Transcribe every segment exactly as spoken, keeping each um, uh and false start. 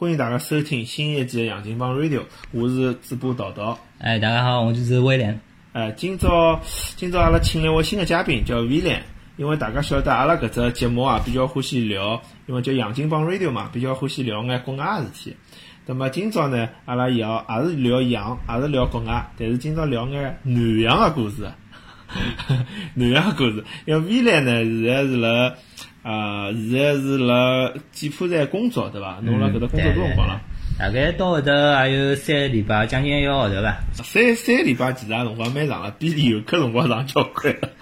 欢迎大家收听新一季的杨金帮 Radio， 我是主播道道。 哎，大家好，我就是威廉。 哎，今朝今朝阿拉请了一位新的嘉宾，叫威廉。因为大家晓得阿拉搿只节目啊，比较欢喜聊，因为叫杨金帮 Radio 嘛，比较欢喜聊眼国外的事体。那么今朝呢，阿拉也要也是聊洋，也是聊国外，但是今朝聊眼南洋的故事。南洋的故事，因为威廉呢现在是辣啊、呃，现在是辣柬埔寨工作，对伐？侬辣搿搭工作多辰光了？ 大概到后头还有三个礼拜，将近一个号头吧。 三三个礼拜其实辰光蛮长了，比游客辰光长交关了。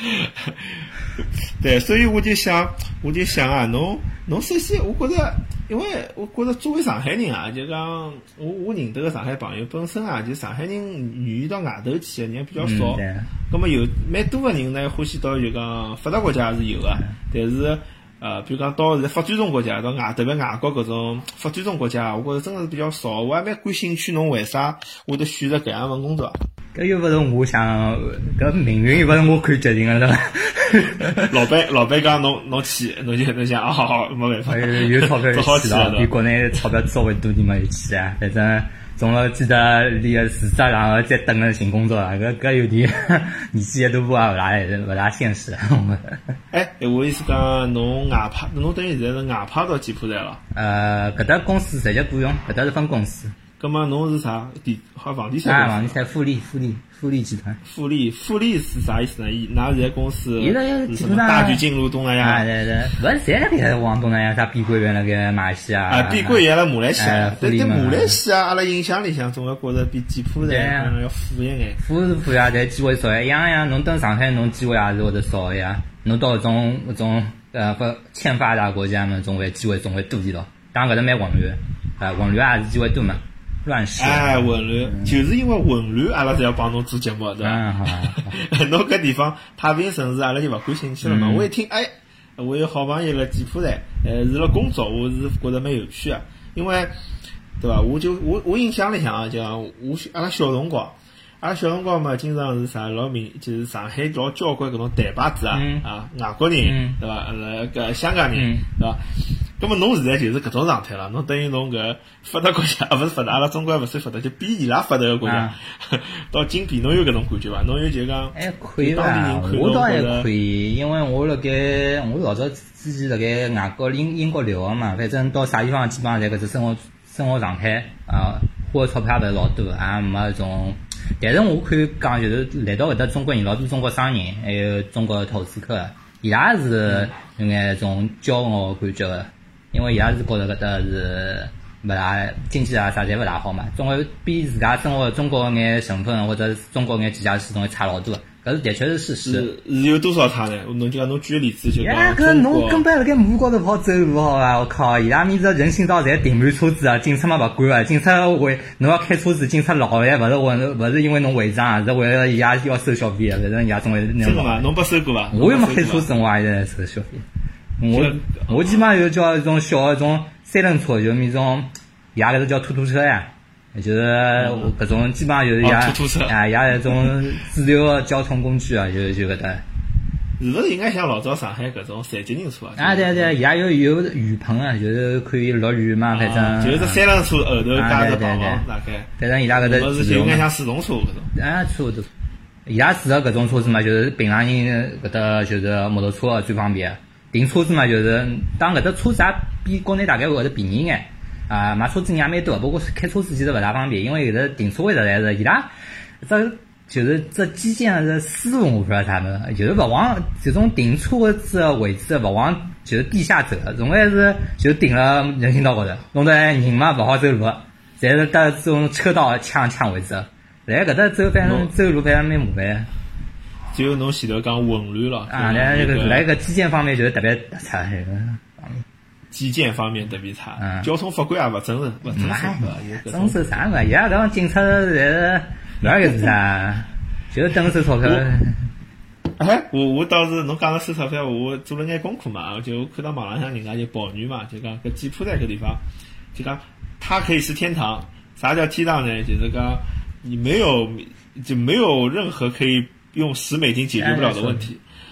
对，所以我就想，我就想啊，侬侬首先，我觉着，因为我觉着作为上海人啊，就讲我我认得个上海朋友本身啊，就上海人愿意到外头去的人比较少。嗯，那么有蛮多个人呢，欢喜到就讲发达国家是有的，但是。呃，比如讲到现在发展中国家，到外特别外国搿种发展中国家，我觉着真的是比较少。我还蛮感兴趣，侬为啥会得选择搿样份工作？ 搿又勿是我想，搿命运又勿是我可以决定的，对伐？ 老板老板讲侬侬去，侬就侬想啊，好好没办法， 有钞票就去了，比国内钞票稍微多点嘛就去啊，反正。总了记得离个事实然后再等着寻工作了，搿搿有点年纪也都不勿大勿大现实。 哎，我意思讲，侬外派，侬等于现在是外派到柬埔寨了？ 呃，搿搭公司直接雇佣，搿搭是分公司。 葛末侬是啥地？好房地产？ 啊，房地产富力，富力，富力集团。 富力，富力是啥意思呢？伊㑚现在公司是什么大举进入东南亚？ 啊，对对，勿是侪辣盖往东南亚，啥碧桂园辣盖马来西亚。 啊，碧桂园辣马来西亚，但但马来西亚阿拉印象里向总归觉着比柬埔寨可能要富一眼。 富是富呀，但机会少一样呀。侬等上海，侬机会也是会得少呀。侬到搿种搿种呃不欠发达国家嘛，总会机会总会多点咯。当然搿搭蛮混乱，啊混乱也是机会多嘛。乱世哎，混乱、嗯、就是因为混乱，阿拉才要帮侬做节目，对伐？ 嗯，好。 侬搿地方太平城市，阿拉就勿感兴趣了嘛。 嗯、 我一听，哎，我有好朋友辣柬埔寨，呃，是辣工作，我是觉得蛮有趣啊。因为，对伐？我就我我印象里向啊，就我阿拉小辰光，阿拉小辰光嘛，经常是啥老明，就是上海老交关搿种台巴子啊， 嗯、 啊，外国人， 嗯、 对伐？呃，搿香港人， 嗯、 对伐？咁么侬现在就是搿种状态了，侬等于侬搿发达国家，勿是发达，阿拉中国勿算发达，就比伊拉发达个国家，啊、到金边侬有搿种感觉伐？侬有就讲， 哎，可以伐？我倒还可以，因为我辣盖我老早之前辣盖外国英英国留学嘛，反正到啥地方基本上侪搿只生活生活状态啊，花钞票也勿是老多，也没搿种。但是我可以讲，就是来到搿搭中国人，老多中国商人，还有中国投资客，伊拉是有眼种骄傲感觉个。因为伊拉是觉着搿搭是勿大经济啊啥侪勿大好嘛，总归比自家生活中国眼成分或者中国眼几家系统差老多，搿是的确是事实。 是是有多少差呢？侬就讲侬举个例子就讲。 呀，搿侬根本辣盖马路高头跑走路好伐？我靠，伊拉面子人行道侪停满车子啊，警察嘛勿管啊，警察违侬要开车子，警察老呀，勿是为勿是因为侬违章啊，是为了伊拉要收小费啊，反正伊拉总会那真个嘛？侬没收过伐？ 我又没开车子，我也在收小费。我我基本上就叫一种小的种三轮车，就那种伊拉搿是叫突突车呀，就是搿种基本上就是伊拉啊伊拉那种主流的交通工具啊，就就搿搭。 是勿是应该像老早上海搿种残疾人车啊？ 啊对对，伊拉有有雨棚啊，就是可以落雨嘛，反正。 就是三轮车后头加着棚房，大概。 反正伊拉搿搭是就应该像电动车搿种。 啊，差不多。伊拉住的搿种车子嘛，就是平常人搿搭就是摩托车最方便。订车子嘛，就是当搿只车子也比国内大概会得便宜眼啊，买车子人也蛮多，不过开车子其实勿大方便，因为搿只停车位实在是伊拉这就是这基建的思路我不知道啥么，就是勿往这种停车子的位置勿往就是地下走，总归是就停了人行道高头，弄得人嘛勿好走路，侪是搭这种车道抢抢位置，来搿搭走反正走路反正蛮麻烦。 就侬前头讲混乱了啊，来这个来个基建方面就是特别差，这个基建方面特别差，嗯、交通法规也勿遵守，勿遵守， 遵守啥个？伊拉搿种警察侪是哪个是啥？就是等收钞票。 哎，我我倒是侬讲了收钞票，我做了眼功课嘛，就看到网浪向人家就抱怨嘛，就讲搿柬埔寨搿地方，就讲它可以是天堂。啥叫天堂呢？就是讲你没有就没有任何可以用十美金解决不了的问题。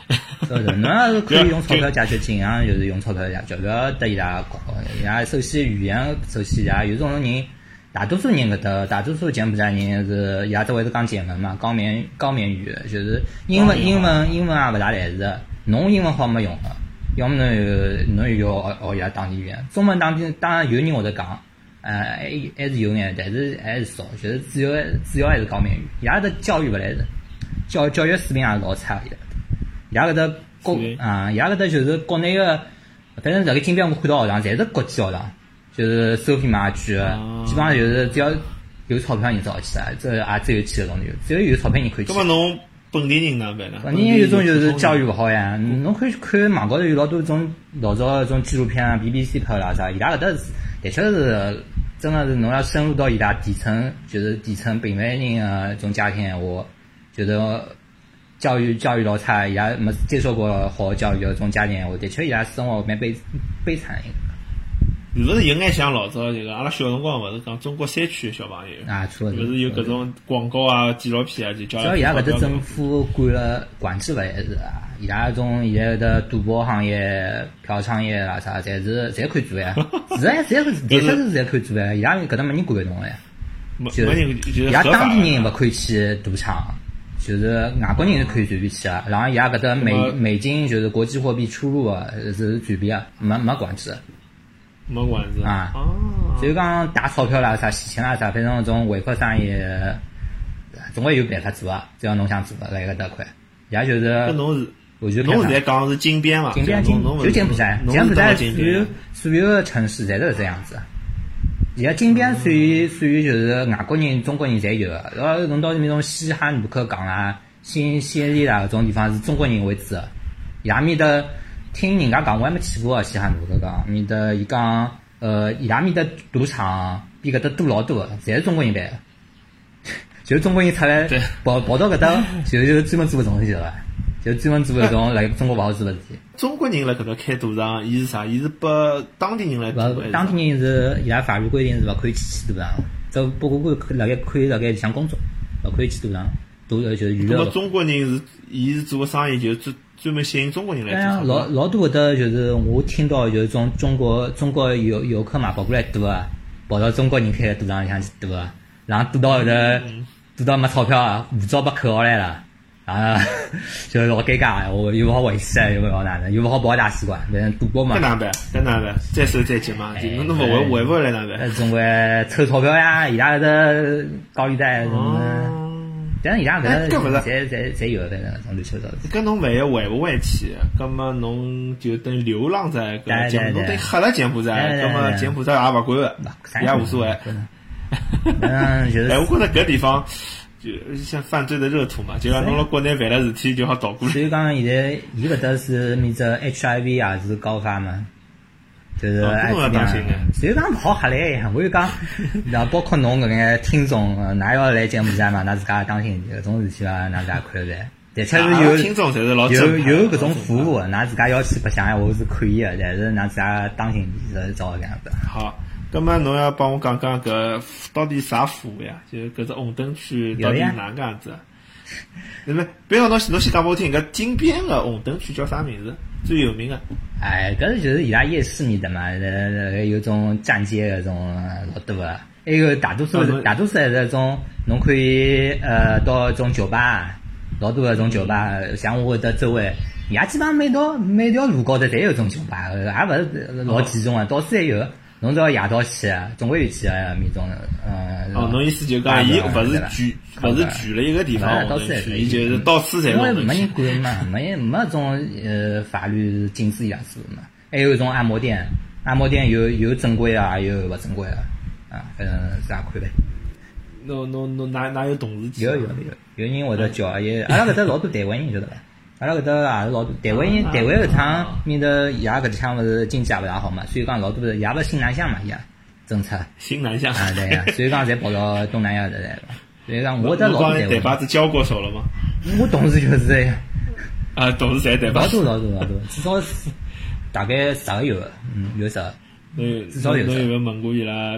是的，侬要是可以用钞票解决，尽量就是用钞票解决，不要得伊拉搞。伊拉首先语言，首先伊拉有种人，大多数人搿搭，大多数柬埔寨人是伊拉只会是讲柬文嘛，高棉高棉语，就是英文英文英文也勿大来事。侬英文好没用个，要么侬有侬又要学学伊拉当地语言。中文当地当然有人会得讲，呃，还还是有眼，但是还是少，就是主要主要还是高棉语。伊拉的教育勿来事，教教育水平也是老差的。伊拉搿搭国啊，伊拉搿搭就是国内个，反正辣盖金边我看到学堂，侪是国际学堂，就是收费嘛贵个，基本上就是只要有钞票人早去啊，这也只有去搿种有，只有有钞票人可以去。 搿么侬本地人哪办呢？ 本地人有种就是教育勿好呀，侬可以看网高头有老多种老早种纪录片啊 ，B B C 拍啦啥，伊拉搿搭的确是真的是侬要深入到伊拉底层，就是底层平凡人啊种家庭闲话，觉得。教育教育老差，伊拉没接受过好教育的种家庭，我的确伊拉生活蛮悲悲惨的。 是勿是有眼像老早这个阿拉小辰光勿是讲中国山区的小朋友啊，错勿是有搿种广告啊、纪录片啊，就叫。 只要伊拉搿搭政府管了管制勿来事啊，伊拉种现在的赌博行业、嫖娼业啦啥，侪是侪可以做呀。是啊，侪可以，的确是侪可以做呀。伊拉搿搭没人管得动呀。 没没人就是伊拉当地人勿可以去赌场。就是外国人是可以随便去啊，然后伊拉搿搭美美金就是国际货币出入啊是随便啊，没没管制。 没管制啊。哦。所以讲打钞票啦啥、洗钱啦啥，反正种违法生意，总归有办法做啊。只要侬想做，来搿搭块。伊拉就是。 搿侬是？ 我就侬现在讲是金边嘛？ 金边金就柬埔寨，柬埔寨所有所有的城市侪是这样子。伊拉金边属于属于就是外国人、中国人侪有个，然后侬到那种西哈努克港啦、新暹粒啦搿种地方是中国人为主个。伊拉面搭听人家讲，我还没去过西哈努克港，面搭伊讲，呃，伊拉面搭赌场比搿搭多老多个，侪是中国人办个，就是中国人出来跑跑到搿搭，就是专门做搿种事体了。就专门做搿种来中国勿好做个事体。 中国人辣搿搭开赌场，伊是啥？伊是拨当地人来赌。 勿，当地人是伊拉法律规定是勿可以去去赌场，只不过可辣盖可以辣盖里向工作，勿可以去赌场。赌就是娱乐。 那么中国人是，伊是做个生意，就专专门吸引中国人来赌场。 老老多搿搭就是我听到就是种中国中国游游客嘛跑过来赌啊，跑到中国人开个赌场里向去赌啊，然后赌到搿搭赌到没钞票啊，护照被扣下来了。啊，就老尴尬，我又勿好回去，又勿好哪能，又勿好跑大使馆，反正赌博嘛。 搿哪办？搿哪办？再收再急嘛，侬侬勿回回勿回来哪办？ 总归抽钞票呀，伊拉搿搭高利贷什么的，但是伊拉搿搭侪侪侪有，反正种乱七八糟。 搿侬万一回勿回去，葛末侬就等于流浪在搿柬埔寨，侬等于黑了柬埔寨，葛末柬埔寨也勿管个，也无所谓。 嗯，就是。 哎，我觉着搿地方。就像犯罪的热土嘛，就讲侬辣国内犯了事体就好逃过来。 所以讲现在伊搿搭是面只 H I V 也是高发嘛，就是艾滋病。 所以讲勿好吓来呀，我就讲，然后包括侬搿眼听众，㑚要来柬埔寨嘛，㑚自家也当心搿种事体啊，㑚自家看着办。的确是有听众侪是老有有搿种服务，㑚自家要去白相闲话是可以的，但是㑚自家当心点，是照搿样子。 好。咁么侬要帮我讲讲搿到底啥服务呀？就搿只红灯区到底哪能样子？那么，别讲侬侬先讲拨我听，搿金边个红灯区叫啥名字？最有名个？ 哎，搿是就是伊拉夜市面的嘛，呃，有种站街搿种老多个，还有大多数大多数还是种侬可以呃到种酒吧，老多搿种酒吧，像我的周围，伊拉基本上每条每条路高头侪有种酒吧，也勿是老集中啊，到处侪有。侬只要夜到去，总归有去啊，面种呃。 哦，侬意思就讲，伊勿是聚，勿是聚了一个地方， 到处伊就是到处侪。 因为没人管嘛，没没种呃法律禁止伊拉做嘛。还有一种按摩店，按摩店有有正规啊，也有勿正规啊，啊，反正是也看呗。 侬侬侬哪哪有同事？ 有有有，有人会得叫，也阿拉搿搭老多台湾人晓得伐？阿拉搿搭也是老多台湾人，台湾搿趟面头伊拉搿地方勿是经济也勿大好嘛，所以讲老多是也勿是新南向嘛，伊拉政策。 新南向啊，对呀，所以讲侪跑到东南亚搿来了。所以讲我得老多台湾。 台巴子交过手了吗？ 我同事就是这样。 啊，同事侪台巴。 老多老多老多，至少大概十个有个，嗯，有十个。 侬至少有。侬有没有问过伊拉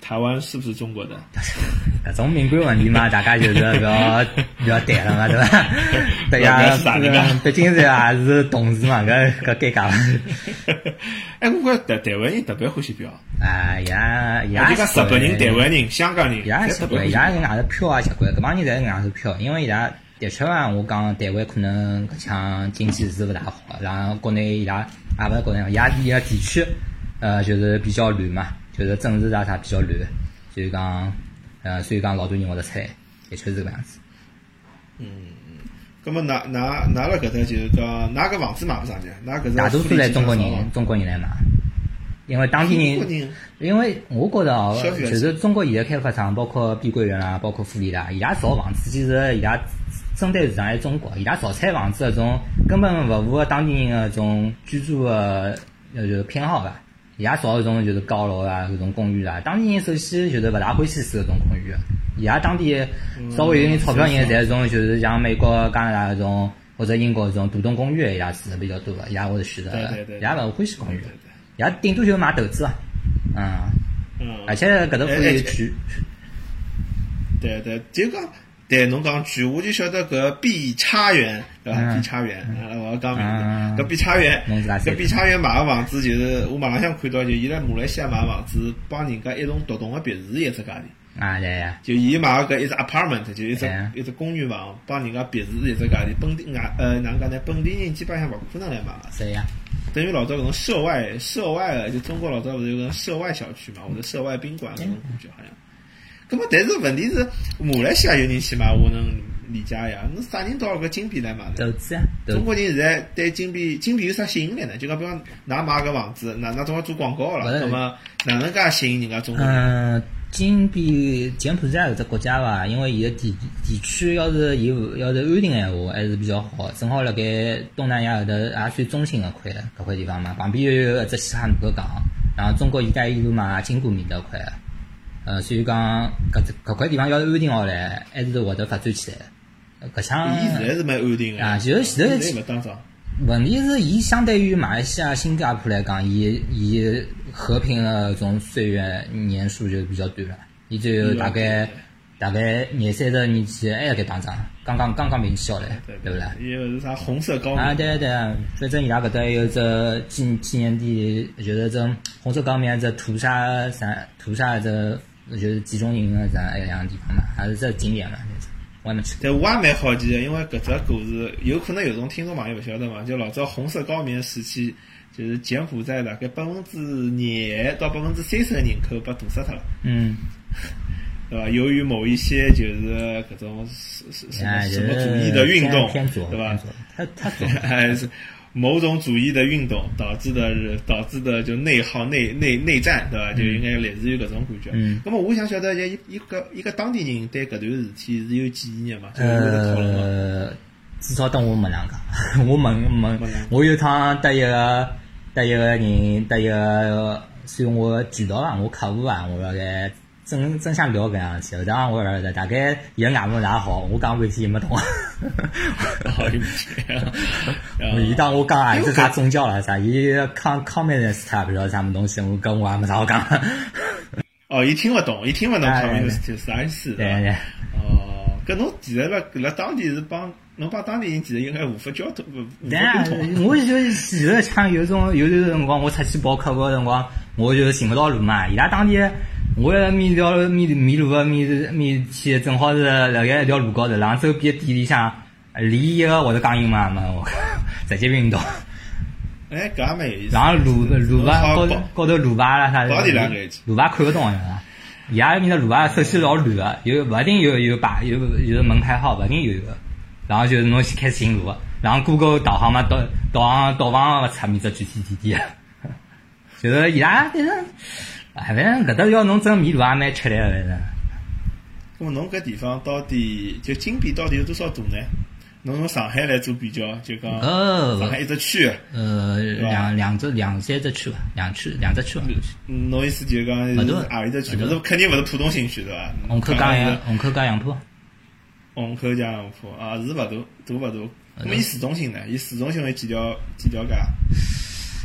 台湾是不是中国的？ 搿种敏感问题嘛，大家就是不要不要谈了嘛，对伐？对呀，毕竟是也是同事嘛，搿搿尴尬了。 哎，我觉台台湾人特别欢喜嫖。 啊，也也就讲日本人、台湾人、香港人， 也习惯，伊拉是外头飘也习惯，搿帮人侪是外头飘，因为伊拉的确啊，我讲台湾可能搿腔经济是勿大好，然后国内伊拉也勿是国内，伊拉伊拉地区呃就是比较乱嘛，就是政治啊啥比较乱，所以讲呃所以讲老多人会得出来，的确是搿样子。 嗯，咁么㑚㑚㑚辣搿搭就是讲，㑚搿房子买勿上去，㑚搿大多数来中国人中国人来买。因为当地人，因为我觉得哦，就是中国现在开发商，包括碧桂园啦，包括富力啦，伊拉造房子，其实伊拉针对市场还是中国，伊拉造出来房子搿种根本勿符合当地人搿种居住的呃就是偏好吧。伊拉造搿种就是高楼啊，搿种公寓啦，当地人首先就是勿大欢喜住搿种公寓。伊拉当地稍微有点钞票人，侪搿种就是像美国、加拿大搿种或者英国搿种独栋公寓，伊拉住的比较多个，伊拉会得选择，伊拉勿欢喜公寓。伊拉顶多就买投资啊，嗯，嗯，而且搿搭可以居， 对对，就讲对侬讲居，我就晓得搿碧叉园对伐？碧叉园，啊，我要讲名字，搿碧叉园，搿碧叉园买个房子就是我网浪向看到，就伊辣马来西亚买房子，帮人家一栋独栋个别墅一只价钿。 啊对呀， 就伊买个搿一只 apartment， 就一只一只公寓房，帮人家别墅一只价钿，本地外呃哪能讲呢？本地人基本上勿可能来买个。 是呀。 等于老早搿种涉外涉外的，就中国老早勿是有搿种涉外小区嘛，或者涉外宾馆搿种感觉好像。葛末但是问题是，马来西亚有人去买，我能理解呀。侬啥人到搿金币来买的？ 投资啊！ 中国人现在对金币金币有啥吸引力呢？就讲比方㑚买个房子，㑚㑚总要做广告了，葛末哪能介吸引人家中国人？ 嗯，金币柬埔寨搿只国家伐，因为伊个地地区要是有要是安定闲话，还是比较好。正好辣盖东南亚搿搭也算中心搿块搿块地方嘛，旁边又有一只西哈努克港，然后中国一带一路嘛经过面搭块，呃，所以讲搿只搿块地方要是安定下来，还是会得发展起来。搿腔伊现在是蛮安定个啊，就是前头现在勿打仗。 问题是，伊相对于马来西亚、新加坡来讲，伊伊和平的种岁月年数就比较短了，伊只有大概大概二三十年前还辣盖打仗，刚刚刚刚平息下来，对不啦？ 伊个是啥红色高棉啊？对对，反正伊拉搿搭有只纪纪念地，就是这红色高棉这屠杀啥屠杀这就是集中营的这样样地方嘛，还是这景点嘛。我还没去， 但我也蛮好奇的，因为搿只故事有可能有种听众朋友勿晓得嘛，就老早红色高棉时期，就是柬埔寨大概百分之廿到百分之三十的人口被屠杀脱了。 嗯， 对吧？由于某一些就是搿种什什什么什么主义的运动，对吧？ 他他还是某种主义的运动导致的，导致的就内耗、内内内战，对吧？就应该类似于搿种感觉。嗯。那么我想晓得，一一个一个当地人对搿段事体是有记忆的嘛？ 呃，至少等我问两讲，我问问，我有趟搭一个搭一个人，搭一个算我渠道伐，我客户啊，我辣盖真真想聊搿样子，后头我勿晓得，大概伊个外文哪好，我讲半天没懂。 好一点。 伊当我讲啊，是啥宗教了啥？伊康康美人斯他不知道啥么东西，我跟我也没啥好讲。 哦，伊听勿懂，伊听勿懂康美人斯啥意思？ 对对。 哦，搿侬其实辣辣当地是帮侬帮当地人其实应该无法交通，无法沟通。 我就其实像有种有段辰光，我出去跑客户个辰光，我就寻勿到路嘛。伊拉当地。我面条面迷路个面面去，正好是辣盖一条路高头，然后周边店里向离一个或者讲英文嘛，我直接晕倒。 哎，搿也蛮有意思。 然后路路牌高高头路牌啦啥，路牌看勿懂个，伊拉面的路牌首先老乱个，有勿一定有有牌有有门牌号，勿一定有个。然后就是侬先开始寻路，然后 Google 导航嘛导导航导航勿出面只具体地点，就是伊拉反正。哎，反正搿搭要侬真迷路也蛮吃力个，反正。 咾么侬搿地方到底就金边到底有多少大呢？侬用上海来做比较，就讲上海一只区。 呃，两两只两三只区吧，两区两只区吧。 侬意思就是讲是何里只区？勿是肯定勿是浦东新区对伐？ 虹口加杨虹口加杨浦。 虹口加杨浦啊，是勿大，大勿大。咾么伊市中心呢？伊市中心有几条几条街？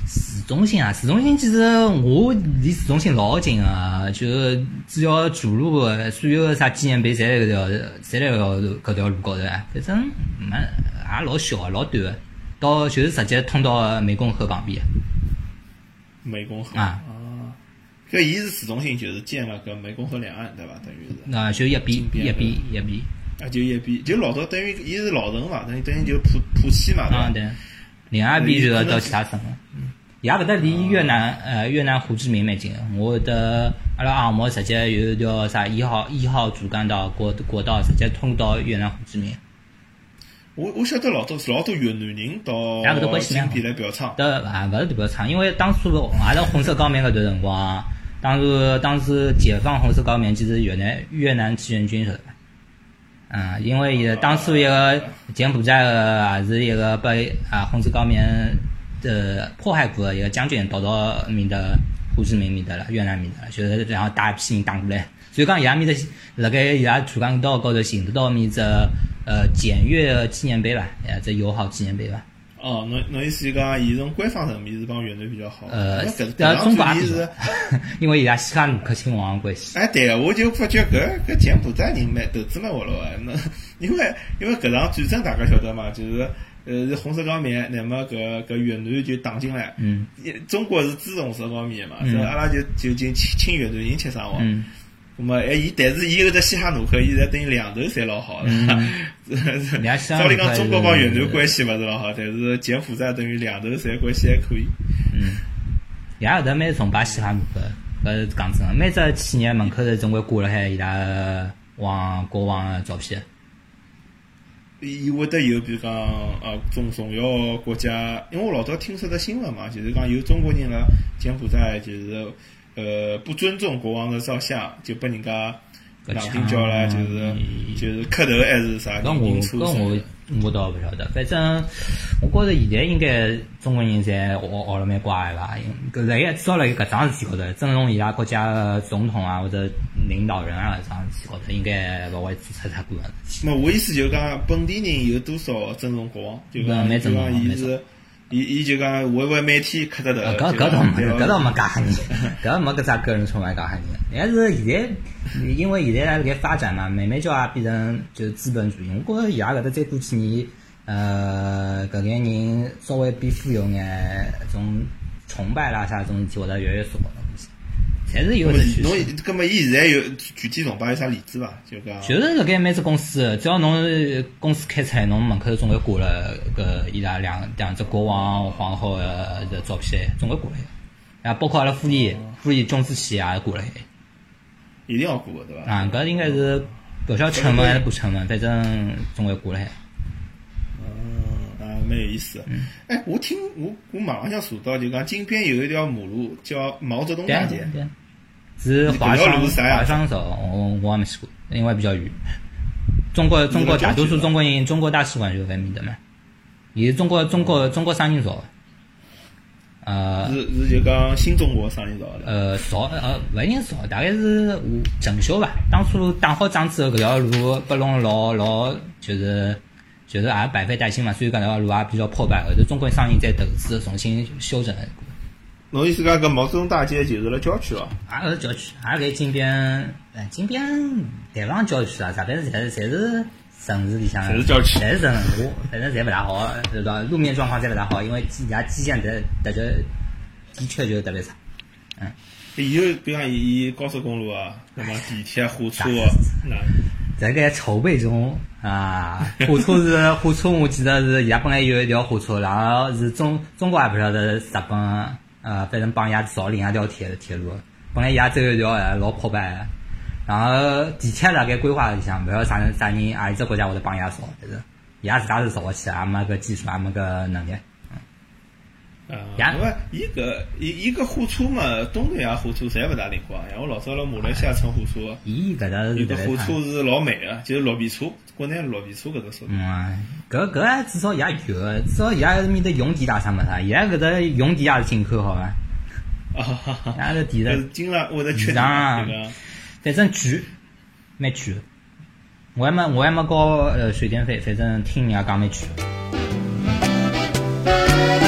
市中心啊，市中心其实我离市中心老近啊，就只要主路，所有啥纪念碑侪辣搿条，侪辣搿条搿条路高头啊，反正蛮也老小啊，老短个，到就是直接通到湄公河旁边。 湄公河啊， 搿伊是市中心，就是建了搿湄公河两岸，对伐？等于是。 啊，就一边一边一边。 啊，就一边，就老早等于伊是老城嘛，等于等于就浦浦西嘛， 啊对。另外一边就是到其他省了。嗯。伊拉搿搭离越南呃越南胡志明蛮近个，我的阿拉项目直接有一条啥一号一号主干道国国道直接通到越南胡志明。 我我晓得老多老多越南人到金边来嫖娼。 对啊，勿是嫖娼，因为当初阿拉红色高棉搿段辰光，当时当时解放红色高棉就是越南越南志愿军晓得伐？嗯，因为伊当初一个柬埔寨个也是一个被啊红色高棉的迫害过的一个将军逃到面的胡志明面的了，越南面的了，就是然后带一批人打过来，所以讲伊拉面的辣盖伊拉主干道高头寻得到面只呃检阅纪念碑吧，哎，这友好纪念碑吧。 哦，侬侬意思讲，伊从官方层面是帮越南比较好。 呃，呃，中国也是，因为伊拉西哈努克亲王关系。 哎，对个，我就发觉搿搿柬埔寨人蛮投资蛮活络个，那因为因为搿场战争大家晓得嘛，就是呃红色高棉，那么搿搿越南就打进来， 嗯， 中国是支持红色高棉嘛，所以阿拉就就就请请越南人吃生活。 嗯。 咁么，哎，伊但是伊有只西哈努克，现在等于两头侪老好了。照理讲，中国帮越南关系勿是老好，但是柬埔寨等于两头侪关系还可以。 嗯，伊拉搿搭蛮崇拜西哈努克，搿是讲真个，每只企业门口头总归挂辣海伊拉王国王个照片。 伊会得有，比如讲，呃，重重要国家，因为我老早听说的新闻嘛，就是讲有中国人辣柬埔寨，就是呃不尊重国王的照相，就拨人家两顶叫了，就是就是磕头还是啥？ 搿我搿我我倒勿晓得，反正我觉着现在应该中国人侪学学了蛮乖个吧，搿辣盖至少辣盖搿桩事体高头，尊重伊拉国家个总统啊或者领导人啊搿桩事体高头，应该勿会做出太过分事体。 咾我意思就是讲，本地人有多少尊重国王？就讲就讲伊是。伊伊就讲会勿会每天磕着头？ 搿搿倒没，搿倒没介吓人，搿没搿只个人崇拜介吓人。但是现在，因为现在辣盖发展嘛，慢慢叫也变成就是资本主义。我觉着伊拉搿搭再过几年，呃，搿眼人稍微变富有眼，种崇拜啦啥种事体会得越来越少了。侪是有只趋势。 侬搿么伊现在有具体崇拜有啥例子伐？就讲就是辣盖每只公司，只要侬公司开出来，侬门口总归挂了搿伊拉两两只国王皇后的照片，总归挂了。啊，包括阿拉富力富力中资企业也挂了。 一定要挂对伐？ 啊，搿应该是不晓得成文还是不成文，反正总归挂了。 嗯，啊，蛮有意思。哎，我听我我网浪向查到，就讲金边有一条马路叫毛泽东大街。 是华商华商走，我我还没去过，因为比较远。中国中国大多数中国人，中国大使馆就在面的嘛。也是中国中国中国商人造，呃， 是是就讲新中国商人造的。 呃，造呃勿一定造，大概是整修吧。当初打好仗之后，搿条路拨弄老老就是就是也百废待兴嘛，所以搿条路也比较破败。后头中国商人再投资重新修整了。 侬意思讲搿毛泽东大街就是辣郊区哦？ 也是郊区，也辣金边，呃，金边台湾郊区啊，啥反正侪是侪是城市里向， 侪是郊区， 侪是城市，反正侪勿大好，对伐？路面状况侪勿大好，因为伊拉基建的的确的确就特别差，嗯。 以后比方以高速公路啊，那么地铁、火车啊，那在盖筹备中啊，火车是火车，我记得是伊拉本来有一条火车，然后是中中国也不晓得日本。呃，反正帮伊拉造另一条铁铁路，本来伊拉走一条呃老破败，然后地铁辣盖规划里向，勿晓得啥人啥人何里只国家会得帮伊拉造，但是伊拉自家是造勿起，也没搿技术，也没搿能力。 嗯，啊，因为伊搿伊伊搿火车嘛，东南亚火车侪勿大灵光。像我老早辣马来西亚乘火车， 伊搿搭是伊搿火车是老慢个，就是绿皮车，国内绿皮车搿只速度。 嗯，搿搿至少也有，至少伊拉面搭用电啦啥物事，伊拉搿搭用电也是进口好伐？ 啊哈哈， 伊拉搿电是经常会得缺电， 反正贵，蛮贵。我还没我还没交呃水电费，反正听人家讲蛮贵。